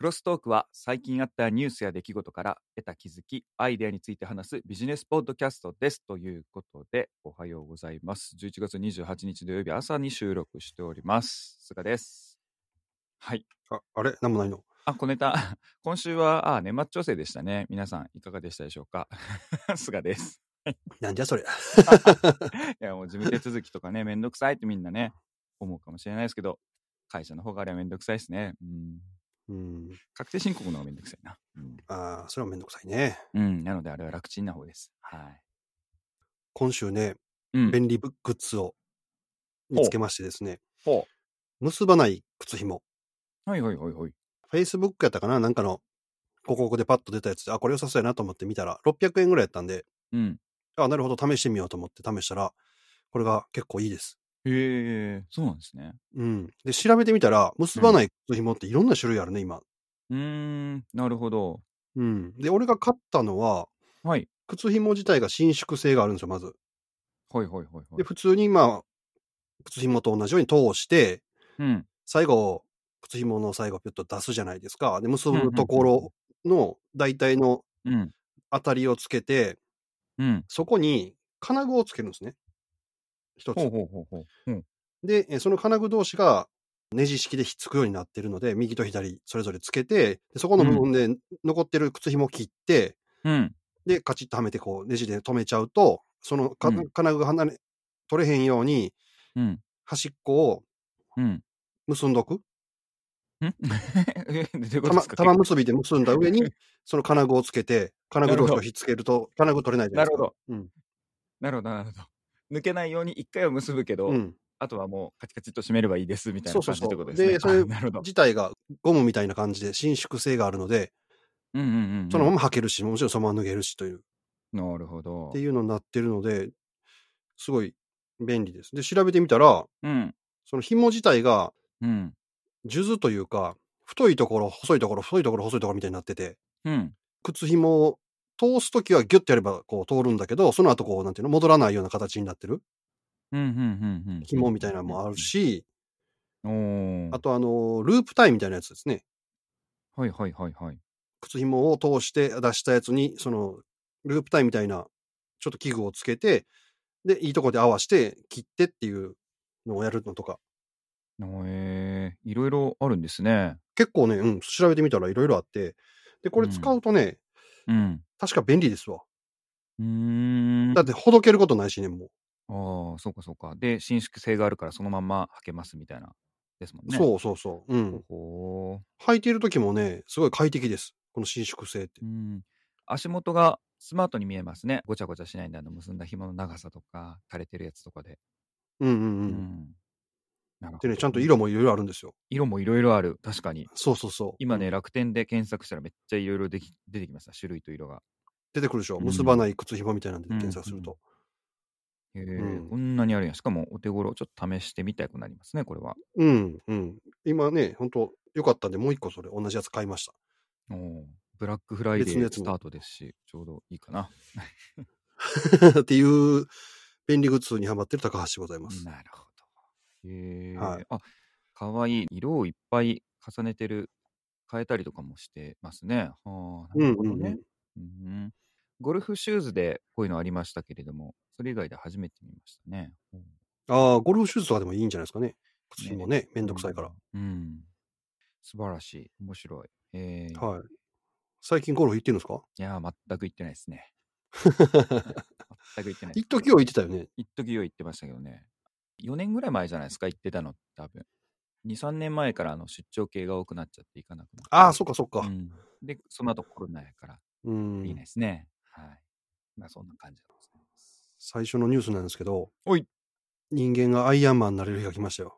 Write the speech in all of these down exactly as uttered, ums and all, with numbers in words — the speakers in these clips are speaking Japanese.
クロストークは最近あったニュースや出来事から得た気づき、アイデアについて話すビジネスポッドキャストです。ということで、おはようございます。じゅういちがつにじゅうはちにち土曜日朝に収録しております。菅です。はい。 あ、あれなんもないのあ、小ネタ。今週は、あ、年末調整でしたね。皆さん、いかがでしたでしょうか。菅です。 なんじゃそれ。 いや、もう事務手続きとかね、めんどくさいってみんなね、思うかもしれないですけど、会社の方があれはめんどくさいですね。うんうん、 確定申告の方がめんどくさいな。うん、 ああ、それはめんどくさいね。 うん、なのであれは楽ちんな方です。はい。 今週ね、 うん、 便利グッズを見つけましてですね。 ほ結ばない靴紐。 う。はいはいはいはい。 Facebook やったかななんかの広告でパッと出たやつで、あ、これ良さそうやなと思って見たら、ろっぴゃくえんぐらいやったんで、 うん。 あ、なるほど、試してみようと思って試したら、これが結構いいです。 へえ、そうなんですね。 うん。で、調べてみたら、結ばない靴紐っていろんな種類あるね、今。 うーん、なるほど。 うん。で、俺が買ったのは、 はい。 靴紐自体が伸縮性があるんですよ、まず。 はいはいはいはで、 い。 普通にまあ、靴紐と同じように通して、 うん。 最後、靴紐の最後ピュッと出すじゃないですか。で、結うんうんうんぶところの大体のうん。 当たりをつけて、 うん。 そこに金具をつけるんですね。一つ。 ほうほうほうほう。うん。 で、えその金具同士がネジ式でひっつくようになってるので、右と左それぞれつけて、でそこの部分で残ってる靴紐を切って、 うん。 で、カチッとはめてこうネジで留めちゃうと、そのか、 うん金具が離れ、取れへんようにうん。 端っこをうん。 結んどく。 んえ、どういうこと玉ですか玉結びで結んだ上に、その金具をつけて、金具同士をひっつけると、金具取れないじゃないですか。 なるほど。 うん。 なるほど、なるほど。抜けないように一回は結ぶけど、 うん。 あとはもうカチカチっと締めればいいですみたいな感じそうそうそう。 ってことですね。 で、それあなるほど。 自体がゴムみたいな感じで伸縮性があるので、 うんうんうんうん。 そのまま履けるし、もちろんそのまま脱げるしという、っなるほど。 ていうのになってるので、すごい便利です。で、調べてみたら、 うん。 その紐自体が、 うん。 数珠というか、太いところ、細いところ、太いところ、細いところみたいになってて、 うん。 靴紐を通すときはギュッてやればこう通るんだけど、その後こう、なんていうの、戻らないような形になってるうんうんうんうん。 紐みたいなのもあるし、 おーあとあの、ループタイみたいなやつですね。 はいはいはいはい。 靴紐を通して出したやつに、その、ループタイみたいな、ちょっと器具をつけて、で、いいとこで合わせて切ってっていうのをやるのとか。 えー、いろいろあるんですね。 結構ね、うん、調べてみたらいろいろあって、で、これ使うとね、 うん。 確か便利ですわ。 うーん。 だってほどけることないしね、もああ、そうかそうか。で、伸縮性があるからそのまんま履けますみたいな。ですもんう。 ね。 そうそうそう。うん。 ほほ履いている時もね、すごい快適です。この伸縮性ってー。う。ん。足元がスマートに見えますね。ごちゃごちゃしないんで、あの結んだ紐の長さとか、垂れてるやつとかで。 うんうんう。 うんん。なるほでね、 ど。 ちゃんと色もいろいろあるんですよ。 色もいろいろある。確かに。 そうそうそう。 今ね、 うん楽天で検索したらめっちゃいろいろ出てきました。種類と色が。 出てくるでしょ。 うん結ばない靴紐みたいなんでうん検索すると。 へえ、 うんこんなにあるんや。しかもお手頃、ちょっと試してみたくなりますね、これは。 うん、うん。今ね、ほんと良かったんで、もう一個それ同じやつ買いました。 おーブラックフライデ別のやつもースタートですし、ちょうどいいかな。 っていう便利グッズにハマってる高橋でございます。 なるほど。へえ、 はいあ、かわいい。色をいっぱい重ねてる、変えたりとかもしてますね。はあ、なるほどね。うんゴルフシューズでこういうのありましたけれども、それ以外で初めて見ましたね。うんああ、ゴルフシューズとかでもいいんじゃないですかね。靴紐ね、めんどくさいから。 うん。うん素晴らしい。面白い。えー、 はい。最近ゴルフ行ってるんですかいやー、全く行ってないですね。全く行ってないです。 一時は行ってたよね。 一時は行ってましたけどね。よねんぐらい前じゃないですか、行ってたの、多分。に、さんねんまえからあの出張系が多くなっちゃって行かなくなって。 ああ、そっかそっか。 うん、で、その後コロナやから、 うん。 いいですね。はい。まあ、そんな感じでございます。 最初のニュースなんですけど、 おい人間がアイアンマンになれる日が来ましたよ。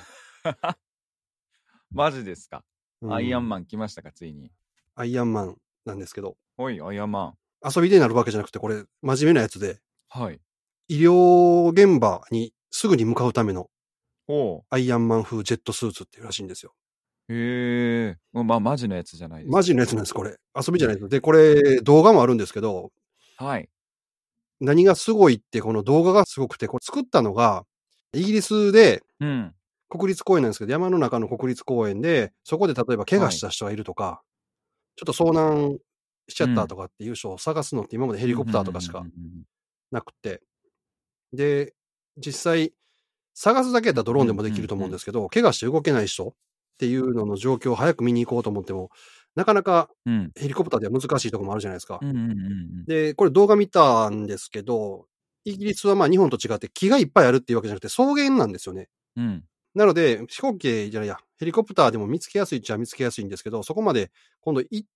マジですか、 うん、 アイアンマン来ましたか、ついに。 アイアンマンなんですけど。 おい、アイアンマン。 遊びでなるわけじゃなくて、これ、真面目なやつで、 はい。 医療現場にすぐに向かうためのおアイアンマン風ジェットスーツっていうらしいんですよ。 へえ。まあ、マジのやつじゃないですか。 マジのやつなんです、これ。遊びじゃないです。で、これ、動画もあるんですけど、 はい。 何がすごいって、この動画がすごくて、これ作ったのが、イギリスで、 うん。 国立公園なんですけど、山の中の国立公園で、そこで例えば怪我はい。 した人がいるとか、ちょっと遭難しちゃったうん。 とかっていう人を探すのって今までヘうん、 リコプターふんふんふんとかしかふんふん。 なくて。で、実際、探すだけやったらドローンでうん、 もできるとふんふん。 思うんですけど、怪我して動けない人っていうのの状況を早く見に行こうと思っても、なかなかうん。 ヘリコプターでは難しいとこもあるじゃないですか。 うんうんうんうん。 で、これ動画見たんですけど、イギリスはまあ日本と違って木がいっぱいあるっていうわけじゃなくて草原なんですよね。 うん。 なので、飛行機じゃないや、ヘリコプターでも見つけやすいっちゃ見つけやすいんですけど、そこまで今度行って、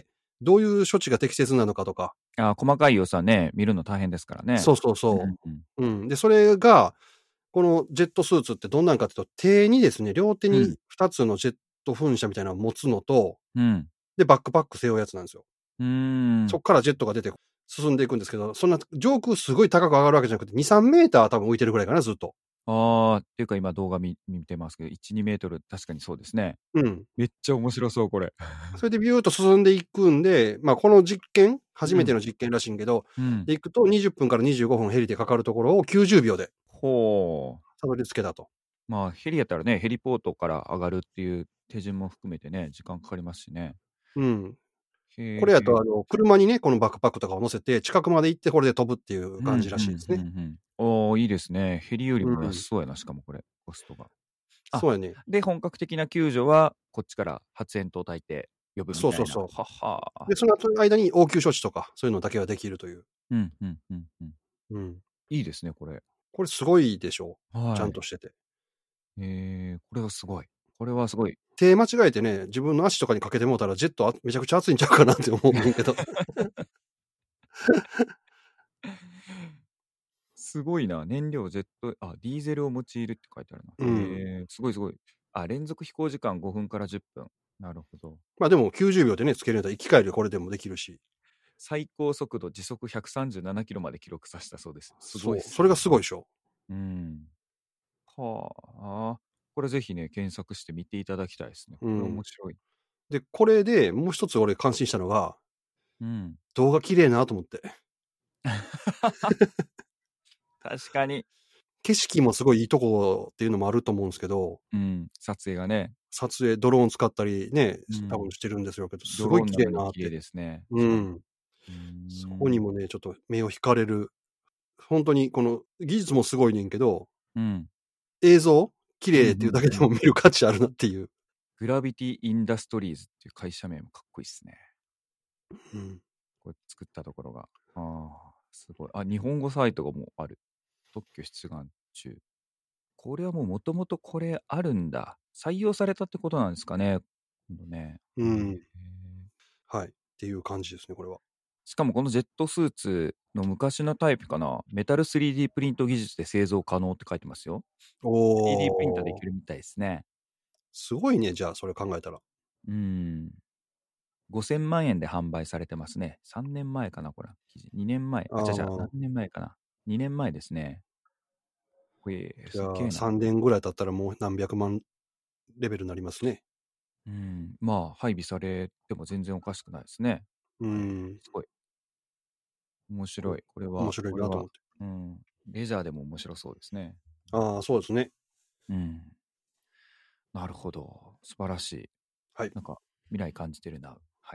どういう処置が適切なのかとか。 ああ、細かい様子はね、見るの大変ですからね。 そうそううんそうんうん。 う。うん。で、それが、このジェットスーツってどんなんかっていうと、手にですね、両手うん。 にふたつのジェット噴射みたいなのを持つのと、 うん。 で、バックパック背負うやつなんですよ。 うーん。 そっからジェットが出て進んでいくんですけど、そんな上空すごい高く上がるわけじゃなくて、に、さんメーター多分浮いてるぐらいかな、ずっと。 ああ、っていうか今動画見見てますけど、いち、にメートル、確かにそうですね。 うん。 めっちゃ面白そう、これ。 それでビューッと進んでいくんで、まあ、この実験、初うん。 めての実験らしいんけど、 うん。 で行くとにじゅっぷんからにじゅうごふんヘリでかかるところをきゅうじゅうびょうでほう。 たどり着けたと。 まあ、ヘリやったらね、ヘリポートから上がるっていう手順も含めてね、時間かかりますしね。 うん。こへえ。 れやと、あの、車にね、このバックパックとかを乗せて、近くまで行ってこれで飛ぶっていううん、 感じらふんしいですね。 ふんふん。ああ、いいですね。ヘリよりも安うん。 そうやな、しかもこれ、コストが。あ、 そうやね。 で、本格的な救助は、こっちから発煙筒焚いて呼ぶみたいな。 そうそうそははう。 あ。 で、その後の間に応急処置とか、そういうのだけはできるという。 うん、ふんふんふん。 うん。 いいですね、これ。 これすごいでしょう。ちゃはい。 んとしてて。 ええ、これはすごい。これはすごい。 手間違えてね、自分の足とかにかけてもうたら、ジェットあめちゃくちゃ熱いんちゃうかなって思うねんけど。 すごいな。燃料ジェットあ、ディーゼルを用いるって書いてあるな。 うん。 へえ、すごいすごい。あ、連続飛行時間ごふんからじゅっぷん。なるほど。 ま、でもきゅうじゅうびょうでね、つけるんやったら生き返りこれでもできるし。 最高速度時速ひゃくさんじゅうななキロまで記録させたそうです。すごいっそう、 すね。 それがすごいでしょ。 うん。はあ。これぜひね、検索して見ていただきたいですね。これうん。 面白い。 で、これでもう一つ俺感心したのが、 うん。 動画綺麗なと思って。 確かに。 景色もすごいいいとこっていうのもあると思うんすけど、 うん、撮影がね。 撮影、ドローン使ったりね、 うん。 多分してるんでしょうけど、すドローンごい綺なのに綺麗麗なって。 ですね。 うしかも。 ん。 うーそこにん。 もね、ちょっと目を引かれる。ほんとにこの技術もすごいねんけど、 うん。 映像、綺うん、 麗っていうだけでふんふん。 も見る価値あるなっていう。 グラビティインダストリーズっていう会社名もかっこいいっすね。 うん。 これ作ったところが。ああ、すごい。あ、日本語サイトがもうある。特許出願中。これはもうもともとこれあるんだ。採用されたってことなんですかね。今度ね。へえ。 うん。はい。っていう感じですね、これは。 しかもこのジェットスーツの昔のタイプかな。メタル スリーディー プリント技術で製造可能って書いてますよ。 おスリーディー プリンターできお。 るみたいですね。 すごいね、じゃあ、それ考えたら。 うーん。ごせんまんえんで販売されてますね。さんねんまえかな、これ。にねんまえ。あ、違う違う。何ああ。 年前かな。にねんまえですね。ほえ、 じゃあ、 すっげえな。 さんねんぐらい経ったらもう何百万レベルになりますね。 うん。まあ、配備されても全然おかしくないですね。 うはい。 ん。 すごい。面これ、 白い。これは、 面白いこれは、 なと思って。 うん。レジャーでも面白そうですね。 ああ、そうですね。 うん。なるほど。素晴らしい。 はい。 なんか、未来感じてるな。はい。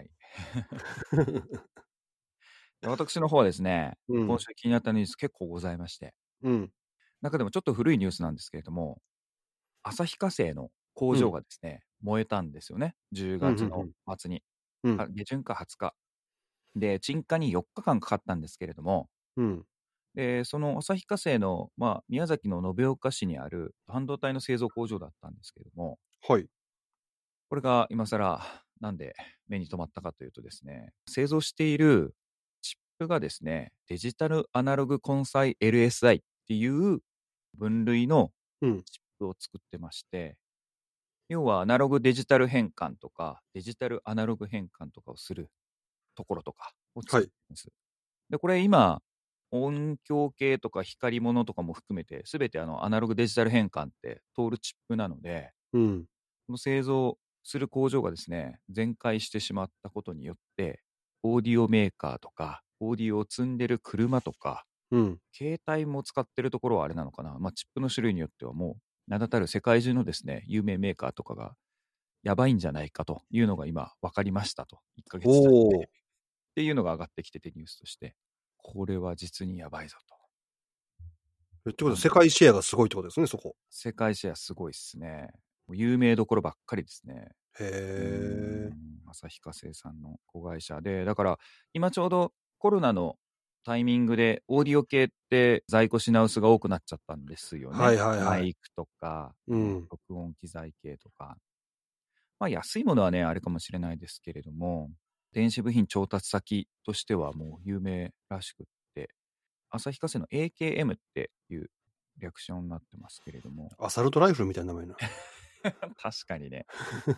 で私の方はですね、 うん。 今週気になったニュース結構ございまして、 うん。 中でもちょっと古いニュースなんですけれども、旭化成の工場うん。 がですね、燃えたんですよね。10 うん、ふ月のんふん。 末に。 うん。 あ、下旬かはつか。で、鎮火によっかかんかかったんですけれども、 うん。 で、その旭化成の、まあ、宮崎の延岡市にある半導体の製造工場だったんですけれども、 はい。 これが今更なんで目に留まったかというとですね、製造しているチップがですね、デジタルアナログ混載 エルエスアイ っていう分類のうん。 チップを作ってまして、要はアナログデジタル変換とか、デジタルアナログ変換とかをするところとかをはい。 作ってます。で、これ今、音響系とか光物とかも含めて、すべてあのアナログデジタル変換って通るチップなので、 うん。 この製造する工場がですね、全壊してしまったことによって、オーディオメーカーとか、オーディオを積んでる車とか、 うん。 携帯も使ってるところはあれなのかな、まあ、チップの種類によってはもう名だたる世界中のですね、有名メーカーとかがやばいんじゃないかというのが今分かりましたと。いっかげつ経って。 おー。 っていうのが上がってきててニュースとして。これは実にやばいぞと。 えってことは世界シェアがすごいってことですね、そこ。 世界シェアすごいっすね。有名どころばっかりですね。 へー。 旭化成さんの子会社で、だから今ちょうどコロナのタイミングでオーディオ系って在庫品薄が多くなっちゃったんですよね。 はいはいはい。 マイクとか、 うん。 録音機材系とか。まあ安いものはね、あれかもしれないですけれども、電子部品調達先としてはもう有名らしくって、旭化成の エーケーエム っていう略称になってますけれども。 アサルトライフルみたいな名前な。 確かにね。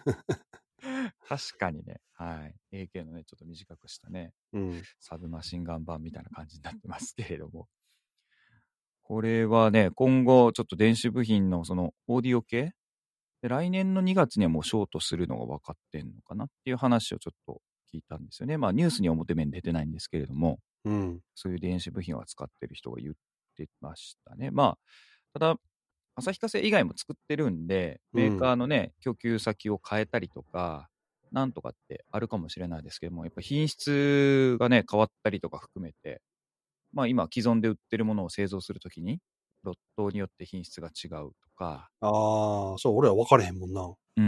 確かにね。はい。エーケー のね、ちょっと短くしたね、 うん、 サブマシンガン版みたいな感じになってますけれども。これはね、今後、ちょっと電子部品のそのオーディオ系で、来年のにがつにはもうショートするのが分かってんのかなっていう話をちょっと聞いたんですよね。まあニュースには表面出てないんですけれども、 うん、 そういう電子部品を扱ってる人が言ってましたね。まあ、ただ、旭化成以外も作ってるんで、メーカーのね、供給先を変えたりとか、なんとかってあるかもしれないですけども、やっぱ品質がね、変わったりとか含めて、まあ今既存で売ってるものを製造するときに、ロットによって品質が違うとか。 ああ、そう、俺は分かれへんもんな。 うん。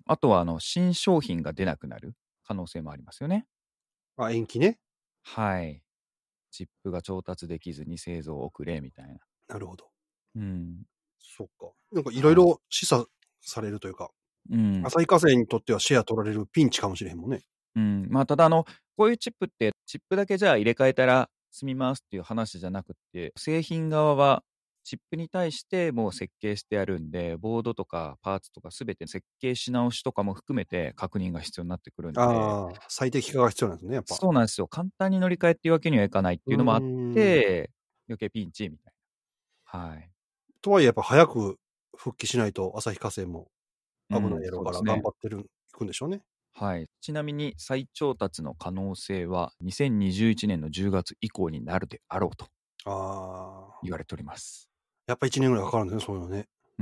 あとは、あの、新商品が出なくなる可能性もありますよね。 あ、延期ね。 はい。チップが調達できずに製造遅れみたいな。 なるほど。 うん。 そっか。なんかいろいろ示唆されるというか、 うん。 旭化成にとってはシェア取られるピンチかもしれへんもんね。 うん。まあ、ただ、あの、こういうチップって、チップだけじゃあ入れ替えたら済みますっていう話じゃなくて、製品側はチップに対してもう設計してやるんで、ボードとかパーツとかすべて設計し直しとかも含めて確認が必要になってくるんで。 ああ、最適化が必要なんですね、やっぱ。 そうなんですよ。簡単に乗り換えっていうわけにはいかないっていうのもあって、余計ピンチみたいな。はい。 とはいえ、やっぱ早く復帰しないと旭化成も危ないやろうからうん、ね、 頑張ってる、いくんでしょうね。 はい。ちなみに再調達の可能性はにせんにじゅういちねんのじゅうがつ以降になるであろうと言われております。 やっぱいちねんぐらいかかるんですね、そういうのね。 うん、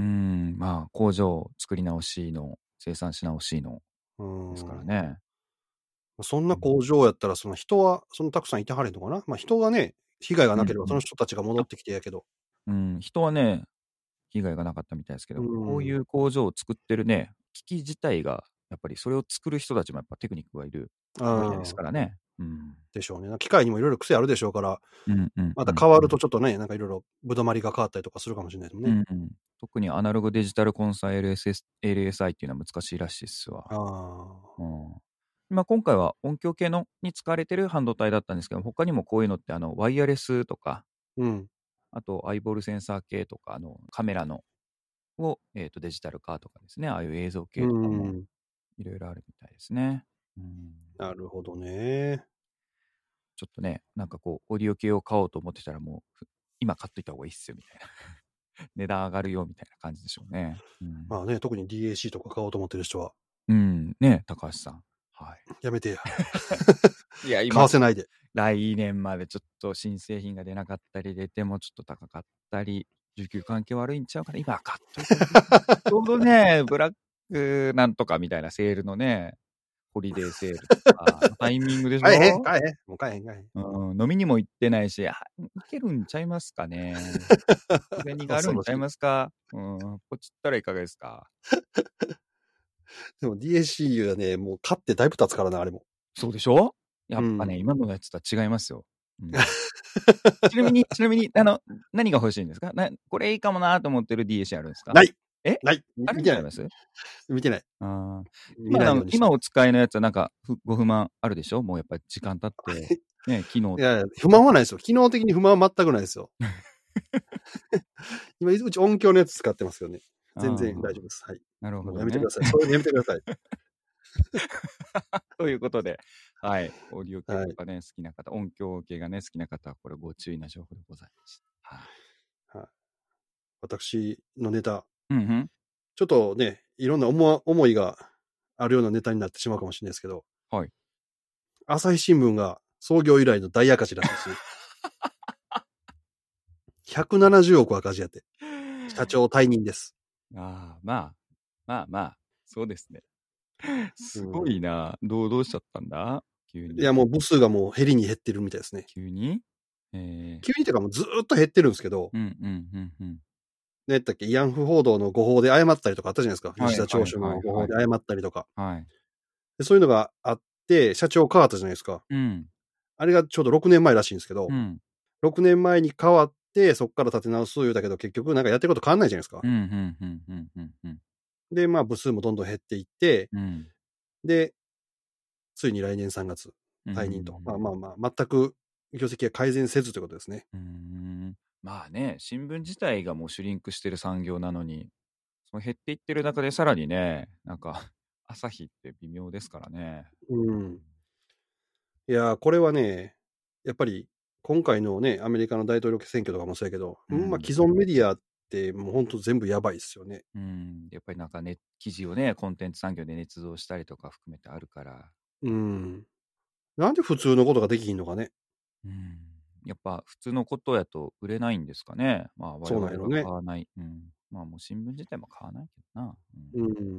まあ工場作り直しの生産し直しのですからね。 そんな工場やったら、その人はそのたくさんいてはれんのかな。まあ人がね、被害がなければその人たちが戻ってきてやけど。 うん、うん、人はね、被害がなかったみたいですけど、こういう工場を作ってるね、機器自体がやっぱりそれを作る人たちもやっぱテクニックがいるわけですからね。うん、 でしょうね。機械にもいろいろ癖あるでしょうから、 うんうん、 また変わるとちょっとね、なんかいろいろぶどまりが変わったりとかするかもしれないですもんね。 うんうん、特にアナログデジタルコンサイ エルエスエス、エルエスアイ っていうのは難しいらしいですわ。 あうん、まあ、今回は音響系のに使われてる半導体だったんですけど、他にもこういうのってあのワイヤレスとか、 うん、 あとアイボールセンサー系とか、あのカメラのを、えー、とデジタル化とかですね、ああいう映像系とかもいろいろあるみたいですね。うん、 なるほどね。 ちょっとね、なんかこう、オーディオ系を買おうと思ってたら、もう、今買っといた方がいいっすよみたいな。値段上がるよみたいな感じでしょうね。うん、 まあね、特に ディーエーシー とか買おうと思ってる人は。 うん、ね、高橋さん。はい。 やめてや。 いや、今、 買わせないで。 来年までちょっと新製品が出なかったり、出てもちょっと高かったり、需給関係悪いんちゃうから、今買っといた方がいい。ちょうどね、ブラックなんとかみたいなセールのね、ホリデーセールとか、タイミングでしょ。 買えへん、買えへん。もう買えへん、買えへん。 うん、飲みにも行ってないし、あ、いけるんちゃいますかね。小銭があるんちゃいますか。うん、こっちったらいかがですか。 でも ディーエーシー はね、もう買ってだいぶ経つからな、あれも。 そうでしょ。やっぱね、うん、今のやつとは違いますよ。うん、ちなみに、ちなみに、あの、何が欲しいんですか。なこれいいかもなと思ってる ディーエーシー あるんですか。 ないえないあるん見てないちゃいます。 見てない。 あ見ないようにして。 今お使いのやつはなんかご不満あるでしょ。もうやっぱり時間経って、ね、機能。 いやいや、不満はないですよ。機能的に不満は全くないですよ。今、うち音響のやつ使ってますよね。全然大丈夫です。はい。 なるほど、ね。 やめてください。それやめてください。 ということで、はい。オーディオ系とかね、はい、好きな方、音響系がね、好きな方は、これご注意な情報でございます。はい。 はい。私のネタ、 うんうん、 ちょっとね、いろんな思思いがあるようなネタになってしまうかもしれないですけど、 はい。 朝日新聞が創業以来の大赤字らしいですね。ひゃくななじゅうおく赤字やって。社長退任です。 ああ、まあ、まあまあ、そうですね。 うすごん。 いな。どう、どうしちゃったんだ急に。 いや、もう部数がもう減りに減ってるみたいですね。 急にえー、 急にっていうかもうずーっと減ってるんですけど、 うんうんうんうん。 何やったっけ、慰安婦報道の誤報で謝ったりとかあったじゃないですか。 はい吉田はいは調書のいはい。 誤報で謝ったりとか。 はい。 でそういうのがあって、社長変わったじゃないですか。 うん。 あれがちょうどろくねんまえらしいんですけど、 うん。 ろくねんまえに変わって、そこから立て直す言うだけど、結局なんかやってること変わんないじゃないですか。 うんうんうんうんうんうんで、まあ部数もどんどん減っていって、 うんで、ついに来年さんがつう退任と。まあんまあまあ、全く業績が改善せずということですね。 うーんまあね、新聞自体がもうシュリンクしてる産業なのに、その減っていってる中でさらにね、なんか、朝日って微妙ですからね。 うん。いやー、これはね、やっぱり今回のね、アメリカの大統領選挙とかもそうやけど、 うんまあ既存メディアってもう本当全部やばいっすよね。 うん、やっぱりなんかね、記事をね、コンテンツ産業で捏造したりとか含めてあるから、 うん。なんで普通のことができひんのかね。 うん、やっぱ普通のことやと売れないんですかね。まあ我そう 々がなんやろね。 買わない。うん、まあもう新聞自体も買わないけどな。 うん。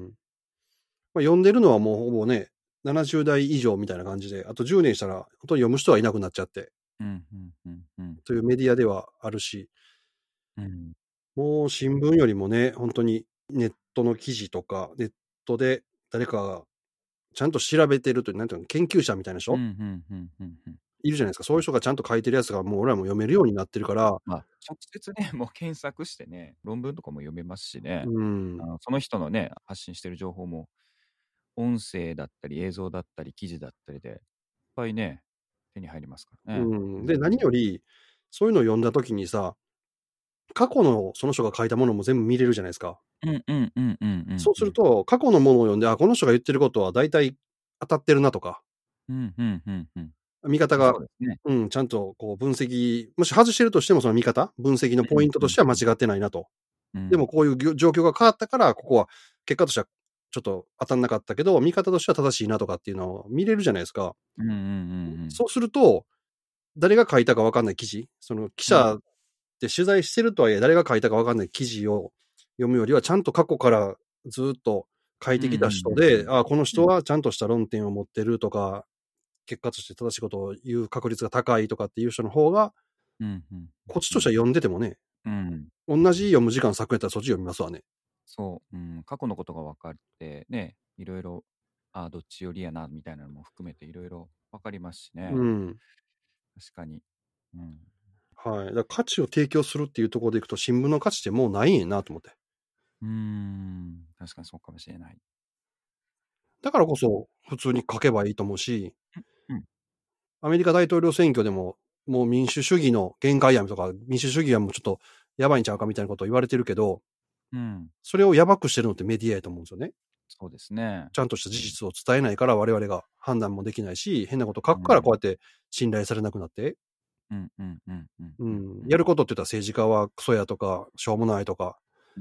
まあ、読んでるのはもうほぼね、ななじゅう代以上みたいな感じで、あとじゅうねんしたら、本当に読む人はいなくなっちゃって、 うん、うん、うん、うん、 というメディアではあるし、 うん、 もう新聞よりもね、本当にネットの記事とか、ネットで誰かがちゃんと調べてるという、なんていうの、研究者みたいなうん、う人ん、うん、うん、うん。 いるじゃないですか。そういう人がちゃんと書いてるやつがもう俺らも読めるようになってるから、 まあ、直接ね、もう検索してね、論文とかも読めますしね、 うん、 あのその人のね、発信してる情報も、音声だったり映像だったり記事だったりで、いっぱいね、手に入りますからね。 うん。で、 うん。 何より、そういうのを読んだ時にさ、過去のその人が書いたものも全部見れるじゃないですか。 うんうんうんうんうんそうすると、過去のものを読んで、あ、この人が言ってることは大体当たってるなとか、 うんうんうんうん。 見方が、 そうですね。 うん、ちゃんとこう分析、もし外してるとしてもその見方、分析のポイントうんうんとしては間違ってないなと。 うん。 でもこういうぎょ状況が変わったから、ここは結果としてはちょっと当たんなかったけど、見方としては正しいなとかっていうのを見れるじゃないですか。 うんうんうんそうすると、誰が書いたか分かんない記事、その記うん。 者って取材してるとはいえ、誰が書いたか分かんない記事を読むよりは、ちゃんと過去からずっと書いうんうんてきた人で、 うんうん。 ああ、この人うん。 はちゃんとした論点を持ってるとか、結果として正しいことを言う確率が高いとかっていう人の方が、 うんうんこっちうん。 としては読んでてもね、 うん。 同じ読む時間割くんやったらそっち読みますわね。 そう、うん、過去のことが分かってね、いろいろ、ああ、どっち寄りやな、みたいなのも含めていろいろ分かりますしね。 うん。 確かに。うん。 はい。だから価値を提供するっていうところでいくと、新聞の価値ってもうないんやなと思って。 うーん、確かにそうかもしれない。 だからこそ、普通に書けばいいと思うし、 うん、 アメリカ大統領選挙でも、もう民主主義の限界やとか、民主主義はもうちょっとやばいんちゃうかみたいなことを言われてるけど、 うん、 それをやばくしてるのってメディアやと思うんですよね。 そうですね。 ちゃんとした事実を伝えないから我々が判断もできないし、変なこと書くからこうん、 うやって信頼されなくなって、 うん、うん、うん、うん、うん、 うん、 うん。 やることって言ったら政治家はクソやとか、しょうもないとか、 うん。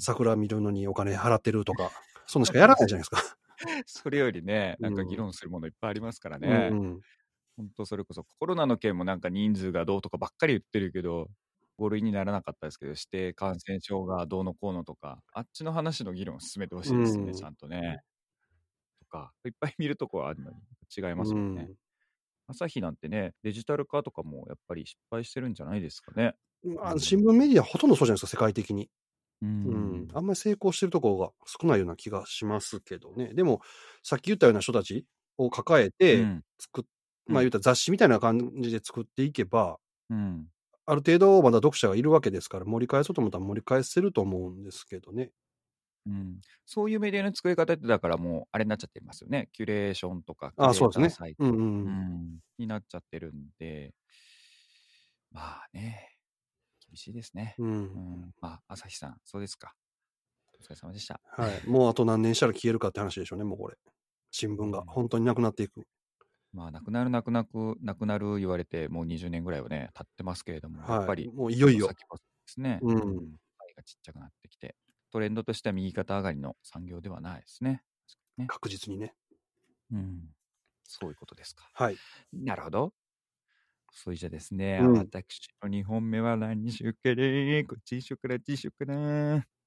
桜見るのにお金払ってるとか、そんなしかやらないじゃないですか。 それよりね、なんか議うん。 論するものいっぱいありますからうね。 ん。 本当それこそコロナの件もなんか人数がどうとかばっかり言ってるけど、ご類にならなかったですけど、指定感染症がどうのこうのとか、あっちの話の議論を進めてほしいですよね、ちうん。 ゃんとね。とか、いっぱい見るとこはあるのに違いますもんね。 うん。 朝日なんてね、デジタル化とかもやっぱり失敗してるんじゃないですかね。うまあ、新ん。 聞メディアほとんどそうじゃないですか、世界的に。 ううん。 ん。 あんまり成功してるところが少ないような気がしますけどね。でも、さっき言ったような人たちを抱えてうん。 作っ、 うん。 まあ言ったら雑誌みたいな感じで作っていけば、 うん。 ある程度まだ読者がいるわけですから、盛り返そうと思ったら盛り返せると思うんですけどね。 うん、そういうメディアの作り方ってだからもうあれになっちゃってますよね。キュレーションとかキュああ、 レーそうですね。 ターサイト、 うんうんうん。 うん、になっちゃってるんで、まあね、厳しいですね。 うん。 うん、まあ、朝日さん、そうですか。お疲れ様でした。 はい。もうあと何年したら消えるかって話でしょうね、もうこれ。新聞がうん、 本当になくなっていく。 まあ、なくなるなくなく、なくなる言われて、もうにじゅうねんぐらいはね、経ってますけれども、やっはい。 ぱり、 もういどんよいよ。 どん先細りですね。 ううん、 ん。 パイがちっちゃくなってきて、トレンドとしては右肩上がりの産業ではないですね。ね。 確実にね。 うん、そういうことですか。 はい。 なるほど。それじゃですね、 うん。 私のにほんめは何にしようかな。こっちにしようかな、あっちにしようかな。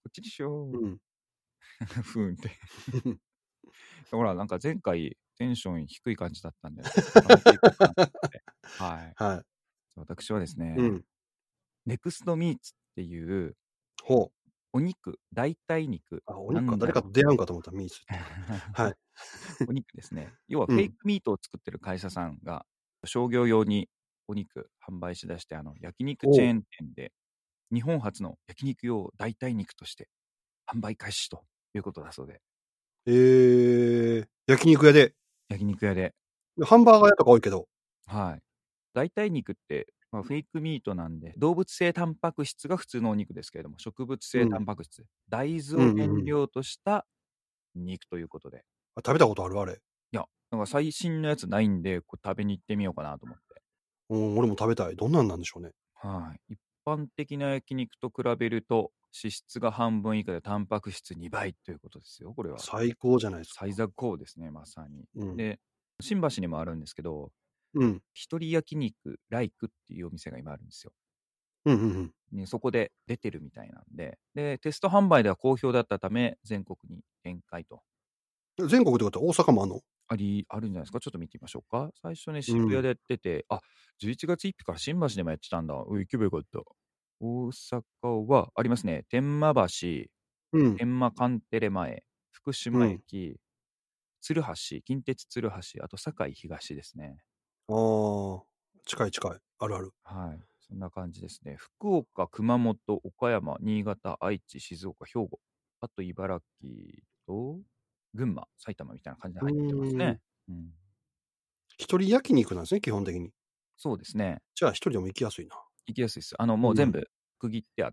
っちでしょうん。 ふーんって。ほら、なんか前回テンション低い感じだったんで、ちょっと高めていこうかなと思って。はい。 はい。 私はですうね、 ん。 ネクストミーツっていうほう。 お肉、代替肉、 あ、お肉か。 なんだろう。 誰かと出会うんかと思った、ミーツって。はい。 お肉ですね。要はうん。 フェイクミートを作ってる会社さんが商業用にお肉販売しだして、あの焼肉チおう。 ェーン店で日本初の焼肉用代替肉として販売開始ということだそうで。 えー、焼肉屋で。 焼肉屋で。 ハンバーガー屋とか多いけど。 はい。代替肉って、まあ、フェイクミートなんで、動物性タンパク質が普通のお肉ですけれども、植物性タうん。 ンパク質、大豆をうんうんうん。 原料とした肉ということで。 あ、食べたことあるあれ。 いや、なんか最新のやつないんで、これ食べに行ってみようかなと思って。 うん、俺も食べたい。どんなんなんでしょうね。 はい。一般的な焼肉と比べると、脂質が半分以下でタンパク質にばいということですよ、これは。 最高じゃないですか。 最高高ですね、まさに。 うん。 で、新橋にもあるんですけど、 うん。 一人焼肉ライクっていうお店が今あるんですよ。 うんうんうん。 ね、そこで出てるみたいなんで、で、テスト販売では好評だったため、全国に展開と。 全国ってことは大阪もあんの？ あり、あるんじゃないですか。ちょっと見てみましょうか。最初ね、 うん。 渋谷でやってて、あ、じゅういちがつついたちから新橋でもやってたんだ。おい、行けばよかった。大阪はありますね。天満橋、 うん。 天満カンテレ前、福う島ん。 駅、鶴橋、近鉄鶴橋、あと堺東ですね。 ああ、近い近い。あるある。 はい。そんな感じですね。福岡、熊本、岡山、新潟、愛知、静岡、兵庫、あと茨城と群馬、埼玉みたいな感じでう入ってますーん。 ね。うん。 一人焼肉なんですね、基本的に。 そうですね。 じゃあ一人でも行きやすいな。 行きやすいです。あの、もううん。 全部区切ってあって、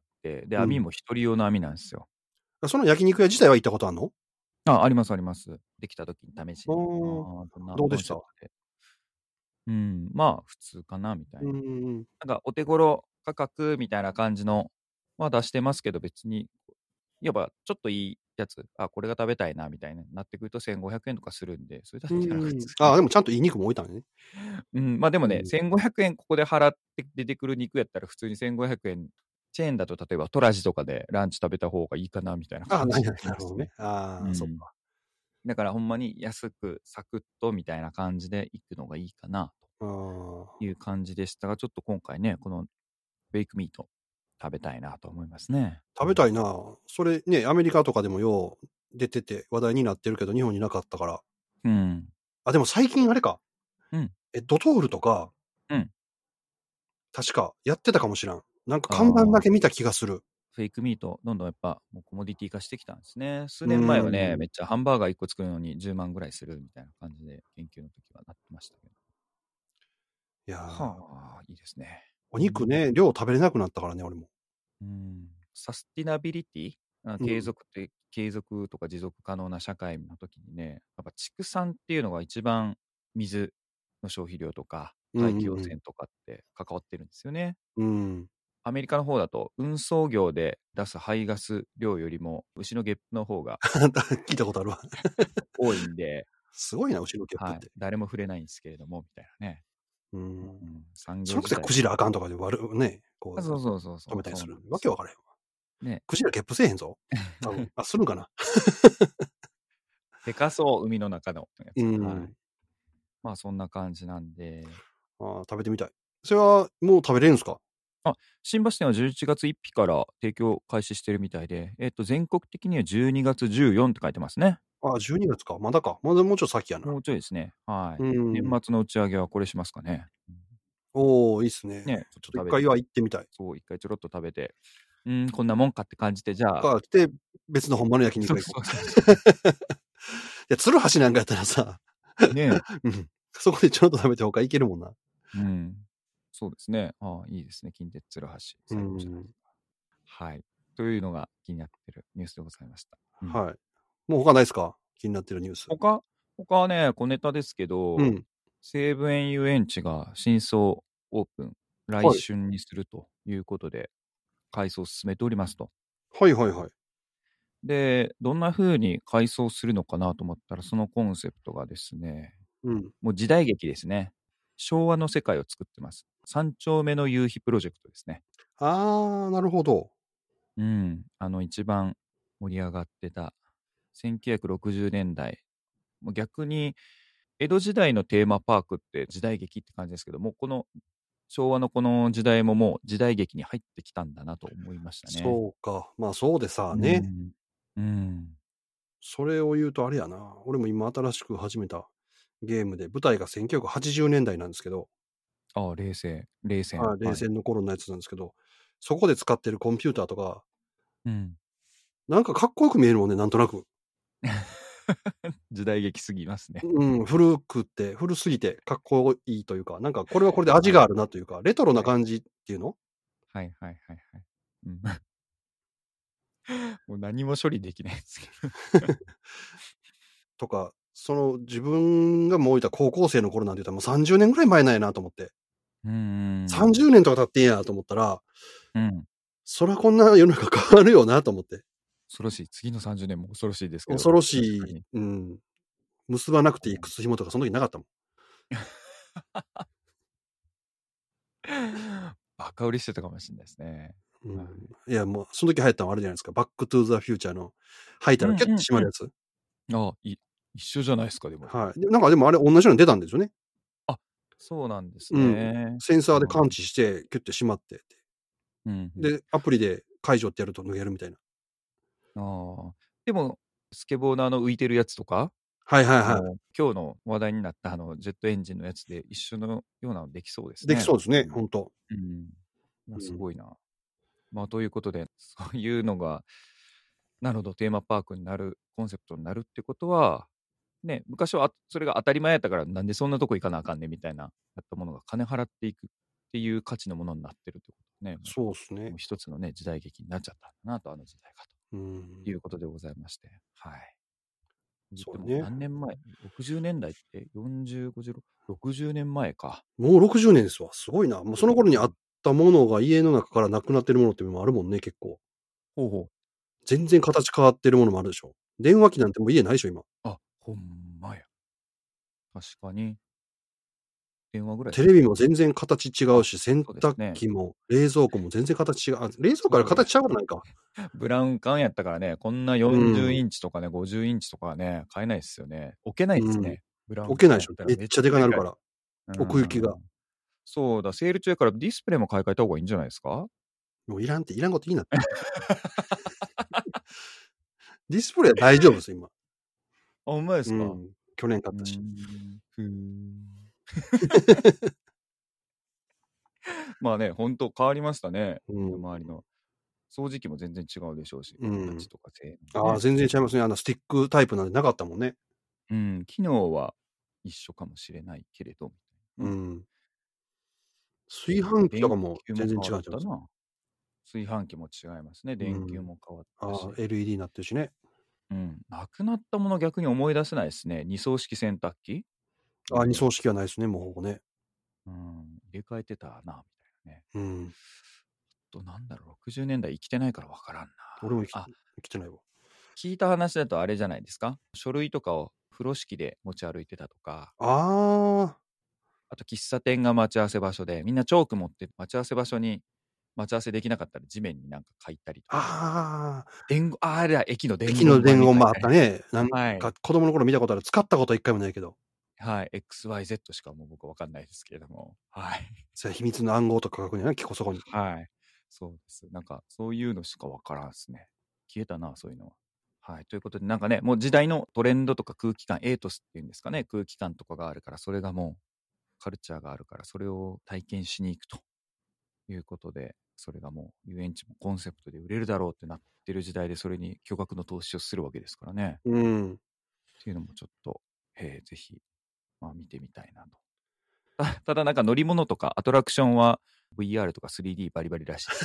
で、 うん。 網も一人用の網なんですよ。 あ、その焼肉屋自体は行ったことあんの？ あ、ありますあります。できた時に試しああ、 に。ああ、どんなコどうでした？ ンセプトで。うん、まあ、普通かなみたいな。 うんうんうん。 なんか、お手頃価格みたいな感じのは出してますけど、別に、いわばちょっといいやつ、あ、これが食べたいなみたいになってくるとせんごひゃくえんとかするんで、それだうったら普ーん。 通に。 ああ、でもちゃんといい肉も置いたんやね。 うん、まあでもね、 うん。 せんごひゃくえんここで払って出てくる肉やったら普通にせんごひゃくえん、チェーンだと例えばトラジとかでランチ食べた方がいいかなみたいなああ、 感じにななるなるほどね。 りますね。 ああ、そっうん。 か。 だからほんまに安くサクッとみたいな感じで行くのがいいかなああ。 という感じでしたが、ちょっと今回ね、このベイクミート食べたいなと思いますね。 食べたいな。それね、アメリカとかでもよう出てて話題になってるけど、日本になかったから。 うん。 あ、でも最近あれか。 うん。 え、ドトールとか、 うん。 確かやってたかもしらん。なんかあ看板だあ、 け見た気がする。 フェイクミート、どんどんやっぱもうコモディティ化してきたんですね。数う年前はね、 ーん。 めっちゃハンバーガーいっこ作るのにじゅうまんぐらいするみたいな感じで研究の時はなってましたけど。 いやー、 はあ、いいですね。 おうん。 肉ね、量食べれなくなったからね、俺も。 うん。サスティナビリティ、あうん。 継続って、継続とか持続可能な社会の時にね、やっぱ畜産っていうのが一番水の消費量とかうん大気うんうん。 汚染とかって関わってるんですよね。 うん。 アメリカの方だと運送業で出す排ガス量よりも牛のゲップの方が聞いたことあるわ。 多いんで、 すごいな、牛のゲップっはい、 て。 誰も触れないんですけれども、みたいなね。 ううん。 ん、産そのくせク業自体が。 ジラあかんとかで悪ね、こあ、 う、 そうそうそうそう、 止めたりする。 そうなんですよ。 わけわからへんわ。 ね。 クジラゲップせえへんぞ。多分。あ、するんかな。 でかそう、海の中のやうつ。はい。 ん。 まあそんな感じなんで。 ああ、食べてみたい。それはもう食べれるんすか？ あ、新橋店はじゅういちがつついたちから提供開始してるみたいで、えっと、全国的にはじゅうにがつじゅうよっかって書いてますね。 ああ、じゅうにがつか。まだか。まだもうちょっと先やな。 もうちょいですね。はうい。年ん。 末の打ち上げはこれしますかね。 おお、いいっすね。 ね、ちょっちょっと食べて、 と一回は行ってみたい。 そう、一回ちょろっと食べて、うーん、こんなもんかって感じで、じゃあ、 か、で、別の本場の焼肉そう屋行こう。 そうそうそう。 いや、鶴橋なんかやったらさ、 ねうん。そこでちょろっと食べて他行けるもんな。 うん。そうですね。ああ、いいですね。近鉄鶴橋。 う最高じゃないでん。 すか。はい。というのが気になってるニュースでございました。うん。 はい。もう他ないっすか？気になってるニュース。 他、他はね、小ネタですけうど、 ん。 西武園遊園地が新装オープン、来はい。 春にするということで、改装を進めておりますと。 はいはいはい。 で、どんな風に改装するのかなと思ったら、そのコンセプトがですね、 うん。 もう時代劇ですね。昭和の世界を作ってます。三丁目の夕日プロジェクトですね。 ああ、なるほど。 うん。あの一番盛り上がってたせんきゅうひゃくろくじゅうねんだい、もう逆に江戸時代のテーマパークって時代劇って感じですけども、この昭和のこの時代ももう時代劇に入ってきたんだなと思いましたね。 そうか。まあそうでさあうね。 ん。うん。 それを言うとあれやな。俺も今新しく始めたゲームで、舞台がせんきゅうひゃくはちじゅうねんだいなんですけど、 ああ、冷戦。冷戦。 はい、冷戦の頃のやつなんですけど、そこで使ってるコンピューターとか、 うん。 なんかかっこよく見えるもんね、なんとなく。 時代劇すぎますね。 うん、古くて、古すぎてかっこいいというか、なんかこれはこれで味があるなというか、レトロな感じっていうのはいはいはいはい。うん、もう何も処理できないですけど。 とか、その自分がもういた高校生の頃なんて言ったらもうさんじゅうねんぐらい前なんやなと思って。 うん。 さんじゅうねんとか経ってんやと思ったら、 うん。 そらこんな世の中変わるよなと思って。 恐ろしい。次のさんじゅうねんも恐ろしいですけど。 恐ろしい確かに。 うん。結ばなくていい靴紐とかその時なかったもん。 バカ売りしてたかもしれないですね。 うんはいいや、もう、その時流行ったのあれじゃないですか。バックトゥーザフューチャーの、吐いたらキュッて閉まるやつ。 あい一緒じゃないですか、でも。 はい。でなんかでもあれ同じように出たんですよね。 あ、そうなんですうん。 ね。 センサーで感知して、キュッて閉まってて。 うんうん。 で、アプリで解除ってやると脱げるみたいな。 ああ。でも、スケボーのあの浮いてるやつとか、 はいはいはい。 あの今日の話題になったあのジェットエンジンのやつで一緒のようなのできそうですね。 できそうですね、ほんと。 うん。まあ、 うんすごいな。まあ、ということで、そういうのが、なるほど、テーマパークになる、コンセプトになるってことは、ね、昔はあそれが当たり前やったから、なんでそんなとこ行かなあかんねみたいな、やったものが金払っていくっていう価値のものになってるってことね。もそうですねうもう。一つのね、時代劇になっちゃったんだなと、あの時代がうんということでございまして。はい。 そうねでも何年前 ?ろくじゅうねんだいってよんじゅう、ごじゅう、ろくじゅうねんまえか。 もうろくじゅうねんですわ。すごいな。もうその頃にあったものが家の中からなくなってるものっていうのもあるもんね、結構。 ほうほう。 全然形変わってるものもあるでしょ。電話機なんてもう家ないでしょ、今。 あ、ほんまや。確かに。電話ぐらいテレビも全然形違うし、洗そうですね濯機も冷蔵庫も全然形違う。あ、冷蔵庫は形違うことないか。 ブラウン管やったからね、こんなよんじゅうインチとかね、ごじゅうインチとかはね、買えないですよね。置けないですね。ブラウン置けないでしょ管やった。らめっちゃでかなるから。 うん奥行きが。 そうだ、セール中やからディスプレイも買い替えた方がいいんじゃないですか？ もういらんって、いらんこといいなって。ディスプレイは大丈夫です、今。 あ、ほんまですか？ うん。去年買うったし。 ーん。ふーん。まあね、ほんと変わりましたね。 うん周りの。掃除機も全然違うでしょうし、 うん形とか性能ねああ、全然違いますね。あの、スティックタイプなんでなかったもんね。 うん、機能は一緒かもしれないけれど、 うねん。炊飯器とかも電全然球も違うんちゃいます。 変わったな。炊飯器も違いますね。電球も変わったし。 ああ、エルイーディー になってるしね。 うん。なくなったもの逆に思い出せないですね。二層式洗濯機ああ、二層式はないですね、もうほぼね。 うん。入れ替えてたな、みたいなね。 うん。 あと、なんだろう、ろくじゅうねんだい生きてないからわからんな。 俺も生きあ、 生きてないわ。 聞いた話だとあれじゃないですか。書類とかを風呂敷で持ち歩いてたとか、 ああ、 あと喫茶店が待ち合わせ場所で、みんなチョーク持って待ち合わせ場所に待ち合わせできなかったら地面になんか書いたりとか。 ああ、 伝言、ああれだ、駅の伝言駅の伝言もあ板みったね。なんはいか子供の頃見たことある。使ったこと一回もないけど。 たいな。はい。エックスワイゼット しかもう僕わかんないですけれども。はい。 それ秘密の暗号とか書くんやな、結構そこに。 はい。そうです。なんか、そういうのしかわからんですね。消えたな、そういうのは。はい。ということで、なんかね、もう時代のトレンドとか空気感、エイトスっていうんですかね、空気感とかがあるから、それがもう、カルチャーがあるから、それを体験しに行くということで、それがもう遊園地もコンセプトで売れるだろうってなってる時代で、それに巨額の投資をするわけですからね。 うん。 っていうのもちょっと、えーぜひ、まあ見てみたいなと。たただなんか乗り物とかアトラクションは ブイアール とか スリーディー バリバリらしいです。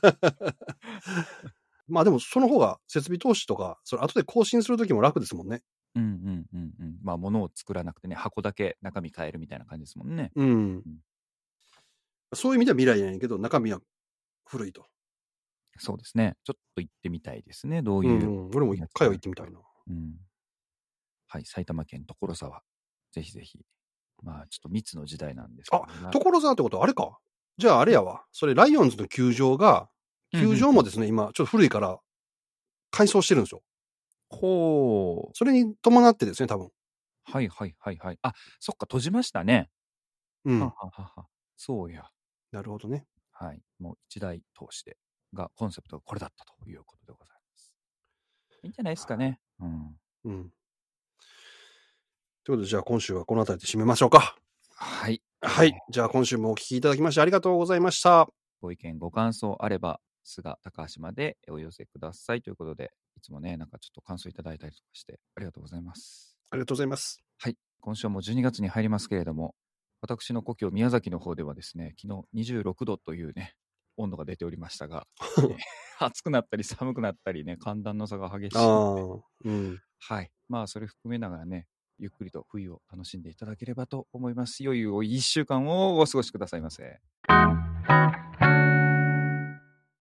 まあでもその方が設備投資とか、それ後で更新するときも楽ですもんね。 うんうんうんうん。まあ物を作らなくてね、箱だけ中身変えるみたいな感じですもんね。 うん。 うんそういう意味では未来やねんけど、中身は古いと。 そうですね。ちょっと行ってみたいですね。どうういう。 ん、うん。俺も一回は行ってみたいな。 うん。はい、埼玉県所沢。ぜひぜひ。まあちょっと密の時代なんですけど、 あ、所沢ってことはあれか。じゃああれやわ。それライオンズの球場が、球場もですね、今ちょっと古いから、 改装してるんですよ。 ほう。 それに伴ってですね、多分。 はいはいはいはい。あ、そっか、閉じましたね。 うん。 はははは。そうや。 なるほどね。 はい。もう一大投資で、が、コンセプトがこれだったということでございます。いいんじゃないですかね。うん。 うん。ということで、じゃあ今週はこの辺りで締めましょうか。 はい。 はい。じゃあ今週もお聞きいただきましてありがとうございました。 ご意見、ご感想あれば、菅高橋までお寄せくださいということで、いつもね、なんかちょっと感想いただいたりとかしてありがとうございます。 ありがとうございます。 はい。今週もじゅうにがつに入りますけれども、私の故郷宮崎の方ではですね、昨日にじゅうろくどというね、温度が出ておりましたが、ね、暑くなったり寒くなったりね、寒暖の差が激しいので、 ああ、うん。 はい。まあ、それ含めながらね、ゆっくりと冬を楽しんでいただければと思います。良いおいっしゅうかんをお過ごしくださいませ。